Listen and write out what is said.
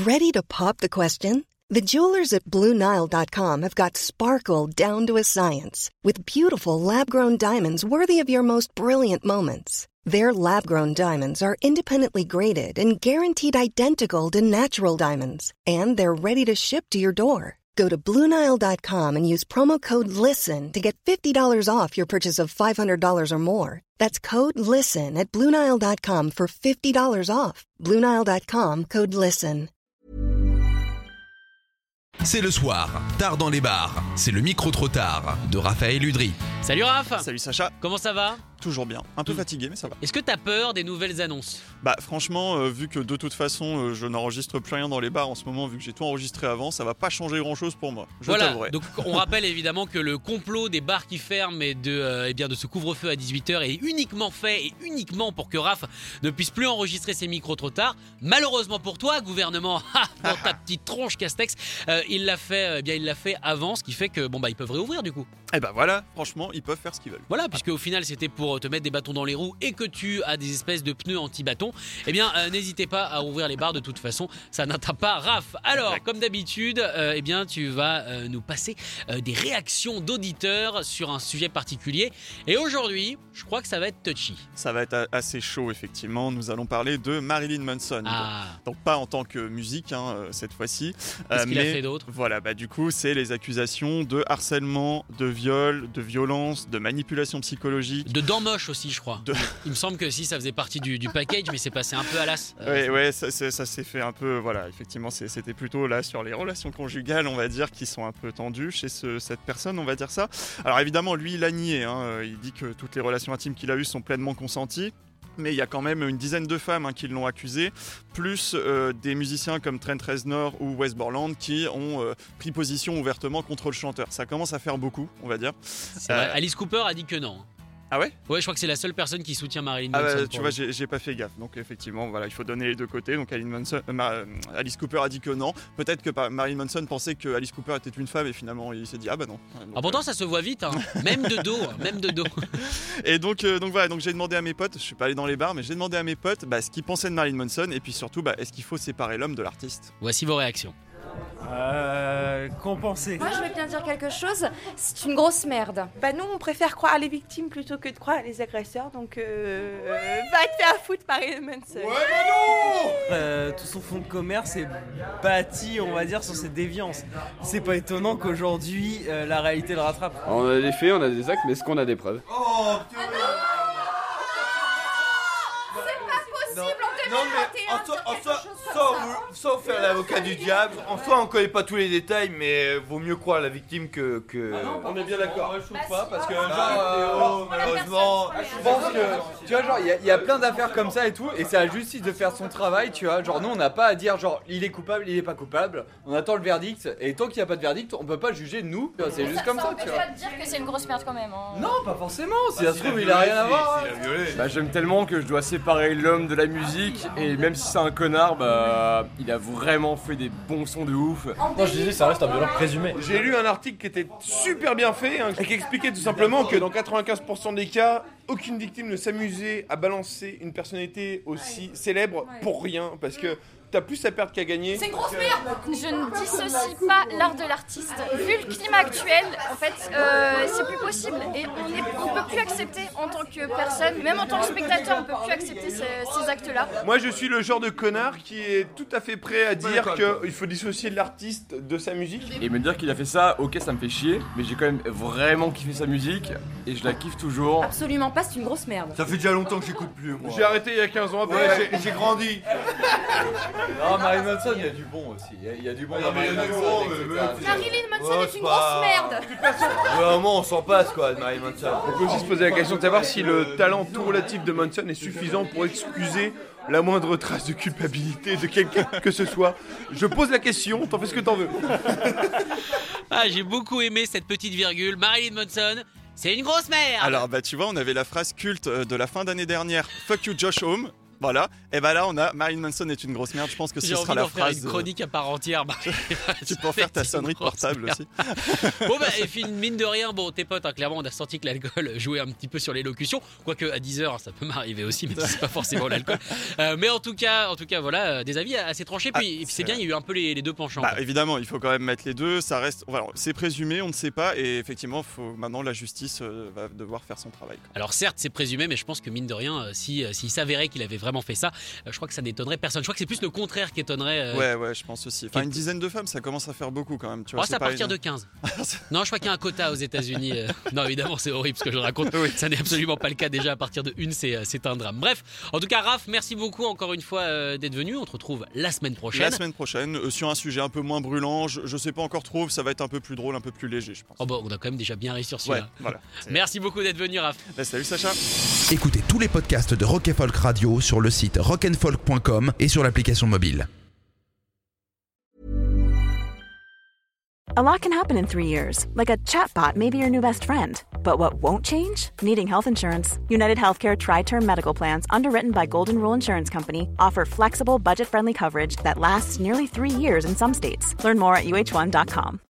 Ready to pop the question? The jewelers at BlueNile.com have got sparkle down to a science with beautiful lab-grown diamonds worthy of your most brilliant moments. Their lab-grown diamonds are independently graded and guaranteed identical to natural diamonds, and they're ready to ship to your door. Go to BlueNile.com and use promo code LISTEN to get $50 off your purchase of $500 or more. That's code LISTEN at BlueNile.com for $50 off. BlueNile.com, code LISTEN. C'est le soir, tard dans les bars. C'est le micro trop tard de Raphaël Udry. Salut Raph. Salut Sacha. Comment ça va ? Toujours bien. Un peu fatigué, mais ça va. Est-ce que t'as peur des nouvelles annonces ? Bah franchement, vu que de toute façon je n'enregistre plus rien dans les bars en ce moment, vu que j'ai tout enregistré avant, ça va pas changer grand chose pour moi. Je t'avouerai. Donc on rappelle évidemment que le complot des bars qui ferment et de ce couvre-feu à 18h est uniquement fait et uniquement pour que Raph ne puisse plus enregistrer ses micros trop tard. Malheureusement pour toi, gouvernement, dans ta petite tronche Castex, il l'a fait avant, ce qui fait que ils peuvent réouvrir du coup. Et bah voilà, franchement, ils peuvent faire ce qu'ils veulent. Voilà, puisque au final c'était pour te mettre des bâtons dans les roues et que tu as des espèces de pneus anti-bâtons, n'hésitez pas à ouvrir les bars, de toute façon, ça n'atteint pas Raph. Alors, comme d'habitude, tu vas nous passer des réactions d'auditeurs sur un sujet particulier. Et aujourd'hui, je crois que ça va être touchy. Ça va être assez chaud, effectivement. Nous allons parler de Marilyn Manson. Donc pas en tant que musique, cette fois-ci. Qu'est-ce qu'il a fait d'autre ? Voilà, du coup, c'est les accusations de harcèlement, de viol, de violence, de manipulation psychologique. De dents moches aussi, je crois. Il me semble que si, ça faisait partie du package, mais c'est passé un peu à l'as. Ça s'est fait un peu, voilà, effectivement, c'était plutôt là sur les relations conjugales, on va dire, qui sont un peu tendues chez cette personne, on va dire ça. Alors évidemment, lui, il a nié, il dit que toutes les relations intimes qu'il a eues sont pleinement consenties. Mais il y a quand même une dizaine de femmes qui l'ont accusé, plus des musiciens comme Trent Reznor ou Wes Borland qui ont pris position ouvertement contre le chanteur. Ça commence à faire beaucoup, on va dire. C'est vrai. Alice Cooper a dit que non. Ah ouais ? Ouais, je crois que c'est la seule personne qui soutient Marilyn Manson. Tu vois, j'ai pas fait gaffe. Donc effectivement, voilà, il faut donner les deux côtés. Donc Alice Cooper a dit que non. Peut-être que Marilyn Manson pensait que Alice Cooper était une femme et finalement il s'est dit non. Donc, pourtant ça se voit vite, même de dos. Et donc voilà, donc j'ai demandé à mes potes, je suis pas allé dans les bars, mais j'ai demandé à mes potes ce qu'ils pensaient de Marilyn Manson et puis surtout est-ce qu'il faut séparer l'homme de l'artiste ? Voici vos réactions. Qu'en penser ? Moi, je vais bien dire quelque chose. C'est une grosse merde. Nous, on préfère croire les victimes plutôt que de croire les agresseurs. Donc, va te faire foutre par Marilyn Manson. Tout son fonds de commerce est bâti, on va dire, sur cette déviance. C'est pas étonnant qu'aujourd'hui, la réalité le rattrape. On a des faits, on a des actes, mais est-ce qu'on a des preuves ? Oh, putain. Non mais sans faire l'avocat du diable, en soi on connaît pas tous les détails, mais vaut mieux croire la victime que... on est bien d'accord. Moi je trouve pas, parce que malheureusement, je pense que, tu vois, il y a plein d'affaires comme ça et tout, et c'est à la justice de faire son travail, tu vois, nous on n'a pas à dire il est coupable, il est pas coupable, on attend le verdict, et tant qu'il n'y a pas de verdict, on peut pas juger nous, c'est juste comme ça, tu vois. Ça pas de dire que c'est une grosse merde quand même. Non, pas forcément, si ça se trouve il a rien à voir. J'aime tellement que je dois séparer l'homme de la musique, et même si c'est un connard, il a vraiment fait des bons sons de ouf. Non, je disais, ça reste un violeur présumé. J'ai lu un article qui était super bien fait et qui expliquait tout simplement que dans 95% des cas, aucune victime ne s'amusait à balancer une personnalité aussi célèbre pour rien, parce que t'as plus à perdre qu'à gagner. C'est une grosse merde. Je ne dissocie pas l'art de l'artiste. Vu le climat actuel, en fait, c'est plus possible. Et on peut plus accepter en tant que personne, même en tant que spectateur, on peut plus accepter ces actes-là. Moi, je suis le genre de connard qui est tout à fait prêt à dire qu'il faut dissocier l'artiste de sa musique. Et me dire qu'il a fait ça, ok, ça me fait chier, mais j'ai quand même vraiment kiffé sa musique, et je la kiffe toujours. Absolument pas, c'est une grosse merde. Ça fait déjà longtemps que j'écoute plus, moi. J'ai arrêté il y a 15 ans après, j'ai grandi. Non, Marilyn Manson, il y a du bon aussi. Il y a du bon dans Marilyn Manson. Marilyn Manson est une grosse merde. Vraiment, on s'en passe quoi de Marilyn Manson. On peut aussi se poser la question de savoir si le talent tout relatif de Manson est suffisant pour excuser la moindre trace de culpabilité de quelqu'un que ce soit. Je pose la question, t'en fais ce que t'en veux. J'ai beaucoup aimé cette petite virgule. Marilyn Manson, c'est une grosse merde. Alors tu vois, on avait la phrase culte de la fin d'année dernière, Fuck you Josh Homme. Voilà. Et ben là, on a Marilyn Manson est une grosse merde. Je pense que ce J'ai sera envie la d'en faire phrase. une chronique à part entière. Tu peux en faire ta sonnerie de portable aussi. Bon bah et puis mine de rien, bon tes potes, hein, clairement on a senti que l'alcool jouait un petit peu sur l'élocution, quoique à 10h ça peut m'arriver aussi, mais c'est pas forcément l'alcool. Mais en tout cas voilà, des avis assez tranchés. Puis, et puis c'est bien, il y a eu un peu les deux penchants. Bah, évidemment, il faut quand même mettre les deux. Ça reste, voilà, c'est présumé, on ne sait pas, et effectivement, maintenant la justice va devoir faire son travail. Alors certes, c'est présumé, mais je pense que mine de rien, s'il s'avérait qu'il avait vraiment fait ça, je crois que ça n'étonnerait personne. Je crois que c'est plus le contraire qui étonnerait. Ouais, je pense aussi. Enfin, une dizaine de femmes, ça commence à faire beaucoup quand même. Tu vois, c'est à partir de 15. Non, je crois qu'il y a un quota aux États-Unis. Non, évidemment, c'est horrible ce que je raconte. Oui. Ça n'est absolument pas le cas déjà. À partir de 1, c'est un drame. Bref, en tout cas, Raph, merci beaucoup encore une fois d'être venu. On te retrouve la semaine prochaine. La semaine prochaine, sur un sujet un peu moins brûlant. Je sais pas encore trop. Ça va être un peu plus drôle, un peu plus léger, je pense. Oh bah, on a quand même déjà bien réussi sur celui-là. Ouais, voilà. Merci beaucoup d'être venu, Raph. Bah, salut Sacha. Écoutez tous les podcasts de Rock & Folk Radio sur le site rockandfolk.com et sur l'application mobile. A lot can happen in 3 years, like a chatbot may be your new best friend. But what won't change? Needing health insurance. United Healthcare Tri-Term Medical Plans, underwritten by Golden Rule Insurance Company, offer flexible, budget-friendly coverage that lasts nearly 3 years in some states. Learn more at uh1.com.